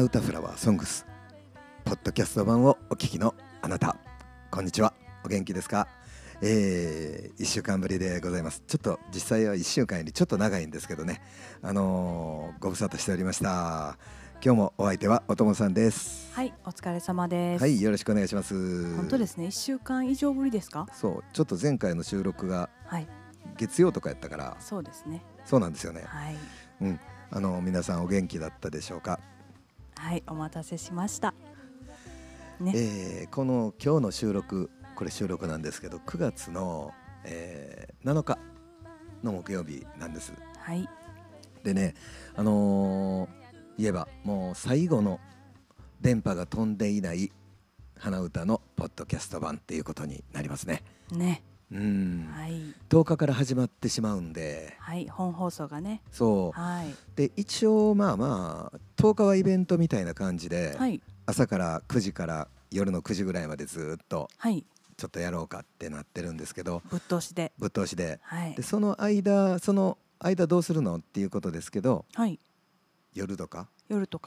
歌フラワーソングスポッドキャスト版をお聞きのあなた、こんにちは。お元気ですか？1週間ぶりでございます。ちょっと実際は1週間よりちょっと長いんですけどね、ご無沙汰しておりました。今日もお相手はおともさんです。 はい、お疲れ様です。 はい、よろしくお願いします。 本当ですね、1週間以上ぶりですか？ そう、ちょっと前回の収録が月曜とかやったから、 そうですね。 そうなんですよね。 はい、 皆さんお元気だったでしょうか？ はい、お待たせしました、 今日の収録なんですけど、9月の、7日の木曜日なんです。 はい。 でね、言えばもう最後の電波が飛んでいない花歌のポッドキャスト版っていうことになりますね。 ね。 はい 。 10日から始まってしまうんで、 はい、本放送がね。 そう。 はい。 で一応10日はイベントみたいな感じで、 はい。 朝から9時から夜の9時ぐらいまでずっとはい。 ちょっとやろうかってなってるんですけど、 ぶっ通しで。はい。 でその間どうするのっていうことですけど、 はい。 夜とか、 ちょっ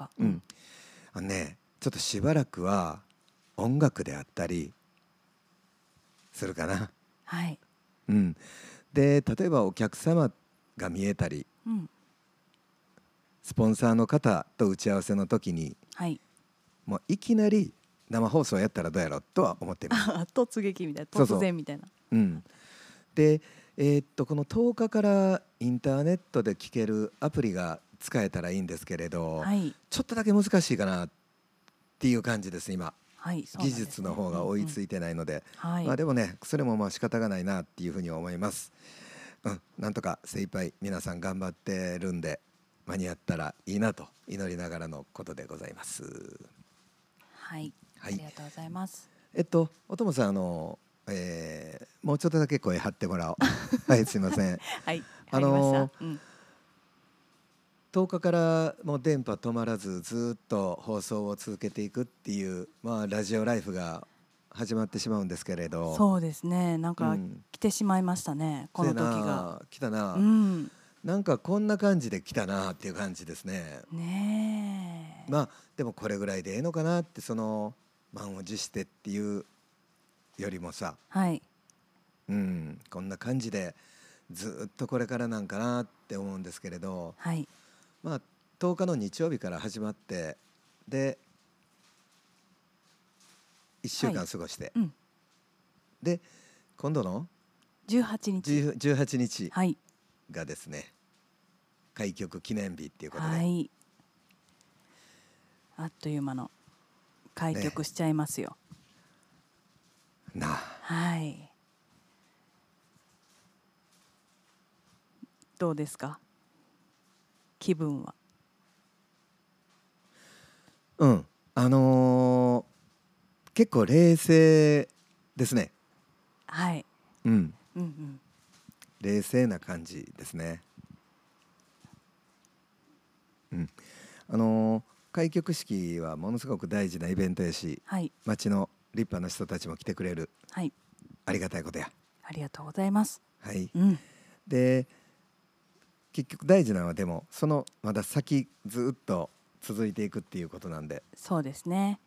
としばらくは音楽であったりするかな。 はい。 で例えばお客様が見えたり、スポンサーの方と打ち合わせの時に、 はい。 もういきなり生放送やったらどうやろうとは思っています。 突撃みたいな、突然みたいな。 で、この10日からインターネットで聴けるアプリが使えたらいいんですけれど、ちょっとだけ難しいかなっていう感じです今。技術の方が追いついてないので、でもね、それも仕方がないなっていうふうに思います。なんとか精一杯皆さん頑張ってるんで、間に合ったらいいなと祈りながらのことでございます。 はい、ありがとうございます。 おともさん、もうちょっとだけ声張ってもらおう。はい、すいません。 はい、入りました。 10日からもう電波止まらずずっと放送を続けていくっていう、ラジオライフが始まってしまうんですけれど、 そうですね、なんか来てしまいましたね、この時が。 来たな、なんかこんな感じで来たなっていう感じですね。でもこれぐらいでええのかなって、満を持してっていうよりもさ、こんな感じでずっとこれからなんかなって思うんですけれど、10日の日曜日から始まって、で1週間過ごして、で今度の18日がですね、開局記念日っていうことで、 あっという間の開局しちゃいますよ。どうですか、気分は？ 結構冷静ですね。冷静な感じですね。開局式はものすごく大事なイベントやし、町の立派な人たちも来てくれる、ありがたいことや。 ありがとうございます。 で結局大事なのは、でもまだ先ずっと続いていくっていうことなんで。 そうですね。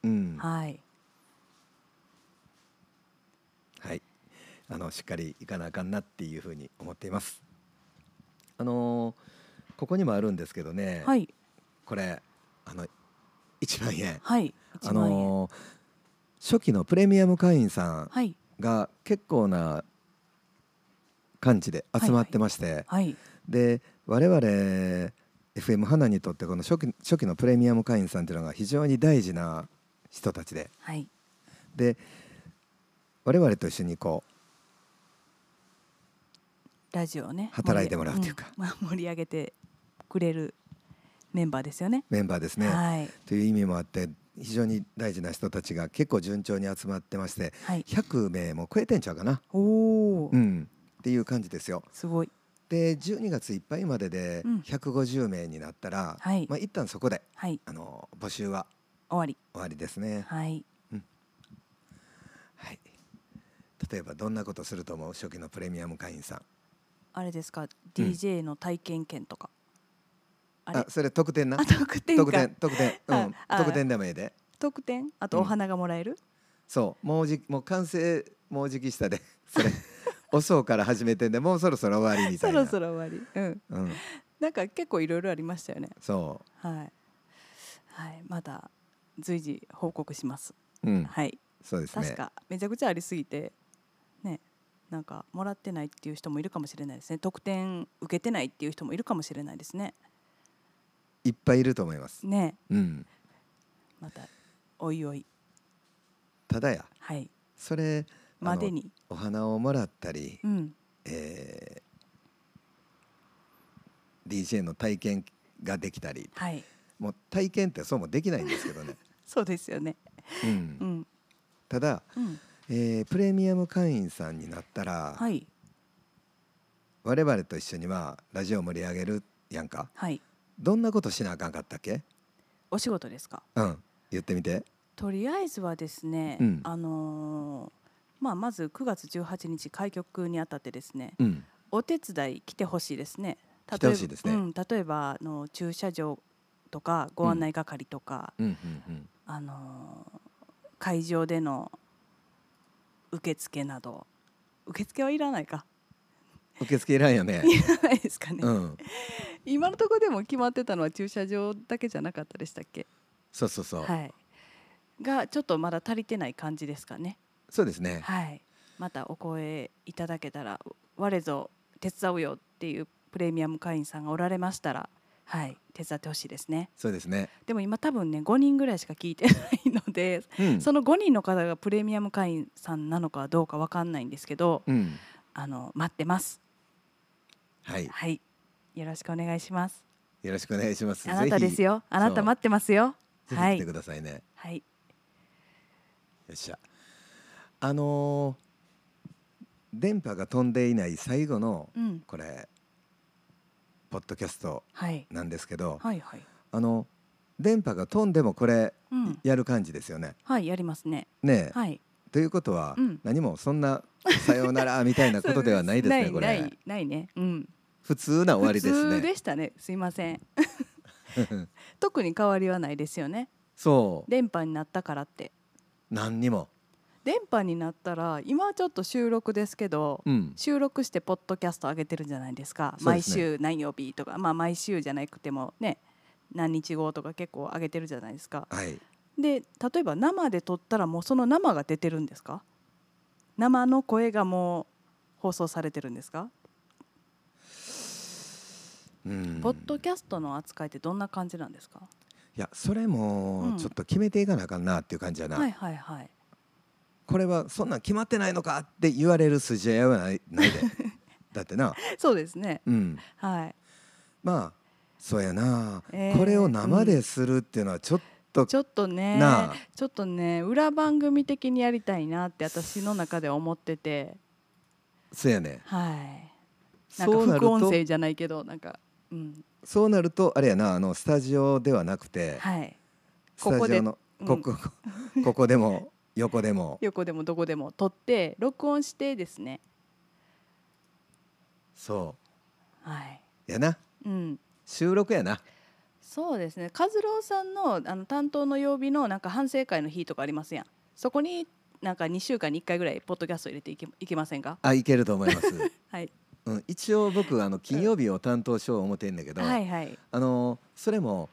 しっかりいかなあかんなっていうふうに思っています。ここにもあるんですけどね、これ1万円、初期のプレミアム会員さんが結構な感じで集まってまして、で我々 FM 花にとってこの初期のプレミアム会員さんっていうのが非常に大事な人たちで、で我々と一緒にラジオをね働いてもらうというか、 盛り上げてくれるメンバーですよね。 メンバーですね、という意味もあって非常に大事な人たちが結構順調に集まってまして、100名も超えてんちゃうかなっていう感じですよ。 すごい。 で12月いっぱいまでで150名になったら、一旦そこで、募集は終わりですね。例えばどんなことすると思う？初期のプレミアム会員さん。 あれですか、DJ の体験券とか。 あれあ、それ特典な。 特典か。 特典、特典でもええで。 特典、あとお花がもらえる。 そう、もう完成もうじきしたで、それおそうから始めてんで、もうそろそろ終わりみたいな。 そろそろ終わり。なんか結構いろいろありましたよね。 そう。 はい。はい、まだ随時報告します。はい。 そうですね。 確かめちゃくちゃありすぎてね、なんかもらってないっていう人もいるかもしれないですね。特典受けてないっていう人もいるかもしれないですね。 いっぱいいると思います。 ね。またおいおい。 ただや。 はい。 それまでにお花をもらったり、DJ の体験ができたり、 はい、 もう体験ってそうもできないんですけどね。 そうですよね。 ただ、プレミアム会員さんになったら、 はい、 我々と一緒にラジオを盛り上げるやんか、 はい、 どんなことしなあかんかったっけ？ お仕事ですか？ 言ってみて。 とりあえずはですね、まず9月18日開局にあたってですね、お手伝い来てほしいですね。 来てほしいですね。 例えば駐車場とかご案内係とか、会場での受付など、受付はいらないか。 受付いらんよね。 いらないですかね。今のところでも決まってたのは駐車場だけじゃなかったでしたっけ？ そうそうそう。 はい。がちょっとまだ足りてない感じですかね。 そうですね。 はい。またお声いただけたら、我ぞ手伝うよっていうプレミアム会員さんがおられましたら、はい、手伝ってほしいですね。 そうですね。 でも今多分ね5人ぐらいしか聞いてないので、その5人の方がプレミアム会員さんなのかどうか分かんないんですけど、待ってます。 はい、 はい、よろしくお願いします。 よろしくお願いします。 あなたですよ。あなた待ってますよ。 ぜひ来てくださいね。 はい。よっしゃ。電波が飛んでいない最後の、これポッドキャストなんですけど、電波が飛んでもこれ、やる感じですよね。 はい、やりますね。 ねえ、ということは、何もそんなさようならみたいなことではないですね。これないね。 普通な終わりですね。 普通でしたね。すいません。特に変わりはないですよね。 そう。 電波になったからって。 何にも。 電波になったら今はちょっと収録ですけど、収録してポッドキャスト上げてるじゃないですか。毎週何曜日とか、毎週じゃなくてもね、何日後とか結構上げてるじゃないですか。で、例えば生で撮ったらもうその生が出てるんですか？生の声がもう放送されてるんですか？ポッドキャストの扱いってどんな感じなんですか？ いや、それもちょっと決めていかなあかんなっていう感じやな。これはそんなん決まってないのかって言われる筋合いはないでだってな。 そうですね。はい。 まあそうやな、これを生でするっていうのはちょっとね、ちょっとね、裏番組的にやりたいなって私の中では思ってて。 そうやね。 はい。なんか副音声じゃないけど、なんか、 そうなるとあれやな、スタジオではなくて、スタジオのここでも横でもどこでも撮って録音してですね。 そうはいやな、収録やな。 そうですね。和郎さんの担当の曜日のなんか反省会の日とかありますやん。そこになんか2週間に1回ぐらいポッドキャスト入れていけませんか？ いけると思います。 はい。 一応僕金曜日を担当しよう思ってんだけど、それも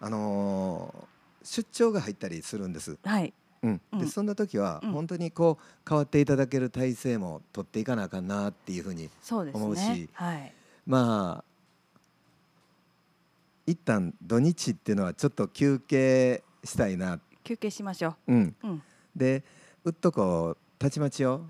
出張が入ったりするんです。でそんな時は本当にこう代わっていただける体制も取っていかなあかんなっていうふうに思うし、まあ一旦土日っていうのはちょっと休憩したいな。 休憩しましょう。でうっとこたちまちよ、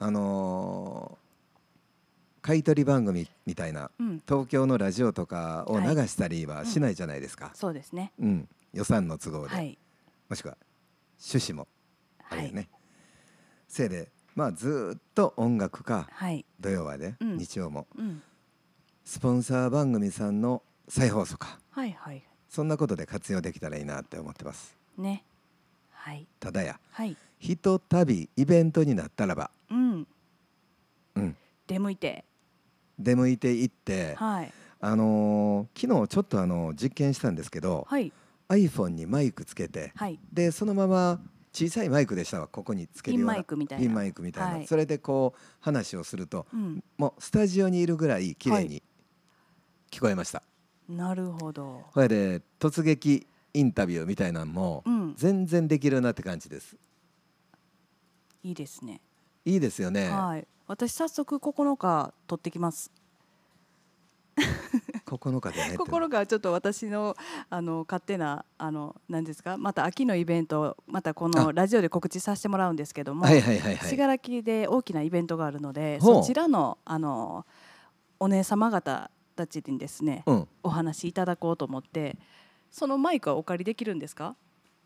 買い取り番組みたいな、東京のラジオとかを流したりはしないじゃないですか。 そうですね。 予算の都合で、もしくは趣旨もあるよね。せいでずっと音楽か、土曜はね、日曜も、スポンサー番組さんの再放送か、そんなことで活用できたらいいなって思ってますね。 ただや、ひとたびイベントになったらば、 出向いていって、 昨日ちょっと実験したんですけど、はい、iPhone にマイクつけて、はい、でそのまま小さいマイクでしたわ、ここにつけるようなピンマイクみたいな、 ピンマイクみたいな、はい、それでこう話をすると、もうスタジオにいるぐらい綺麗に聞こえました。 なるほど。 これで突撃インタビューみたいなのも全然できるなって感じです。 いいですね。 いいですよね。 はい、私早速9日取ってきます。 9日でね。 9日はちょっと私の勝手な何ですか、また秋のイベント、またこのラジオで告知させてもらうんですけども、信楽で大きなイベントがあるので、そちらのお姉様方たちにですね、お話しいただこうと思って、そのマイクはお借りできるんですか？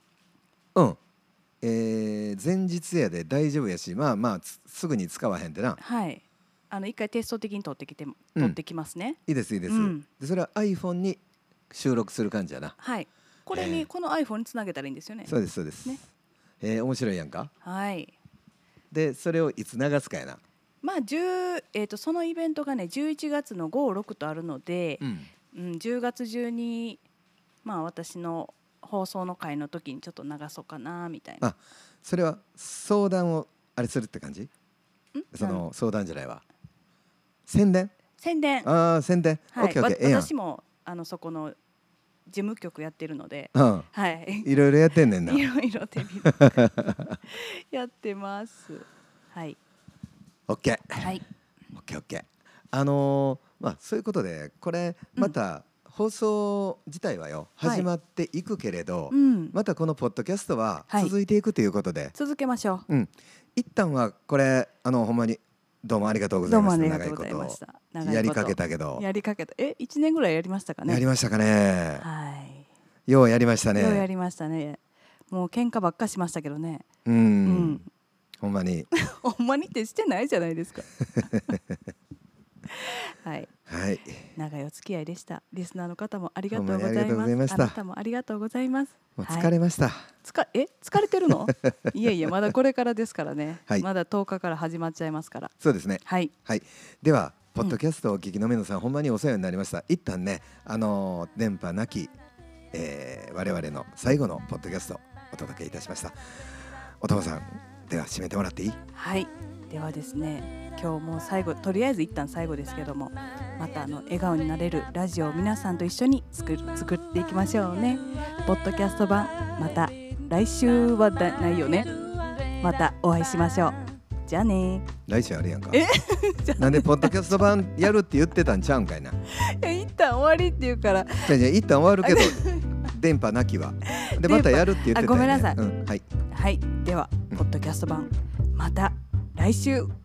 前日やで大丈夫やし、まあすぐに使わへんでな。 はい、一回テスト的に取ってきますね。 いいですいいです、でそれは iPhone に収録する感じやな。 はい、これに、この iPhone につなげたらいいんですよね。 そうですそうです、ね、面白いやんか。 はい。 でそれをいつ流すかやな。 まあそのイベントがね11月の5、6とあるので、10月中にまあ私の放送の会の時にちょっと流そうかなみたいな。 あ、それは相談をあれするって感じ？その相談じゃないわ。宣伝。ああ宣伝。 はい。私もそこの事務局やってるので、はい。 いろいろやってんねんな。 いろいろやってます。はい。 OK。 はい。 OK。まあそういうことでこれまた。放送自体はよ始まっていくけれど、またこのポッドキャストは続いていくということで、 続けましょう。 一旦はこれほんまにどうもありがとうございました。長いことやりかけたけど、 1年ぐらいやりましたかね。 やりましたかね。 はい。 ようやりましたね。 ようやりましたね。もう喧嘩ばっかしましたけどね。 ほんまにほんまにってしてないじゃないですか。はい、長いお付き合いでした。リスナーの方もありがとうございます。あなたもありがとうございます。 もう疲れました。 疲れてるの？いえまだこれからですからね。まだ10日から始まっちゃいますから。 そうですね。はい。ではポッドキャストをお聞きの皆さん、ほんまにお世話になりました。一旦ね電波なき、我々の最後のポッドキャストお届けいたしました。おともさんでは締めてもらっていい？ はい。ではですね、今日も最後、とりあえず一旦最後ですけども、また笑顔になれるラジオを皆さんと一緒に作っていきましょうね。ポッドキャスト版、また来週はないよね。またお会いしましょう。じゃあね。 来週あるやんか。なんでポッドキャスト版やるって言ってたんちゃうんかいな。 一旦終わりって言うから。 一旦終わるけど電波なきはでまたやるって言ってたよね。 ごめんなさい。はい。ではポッドキャスト版また来週。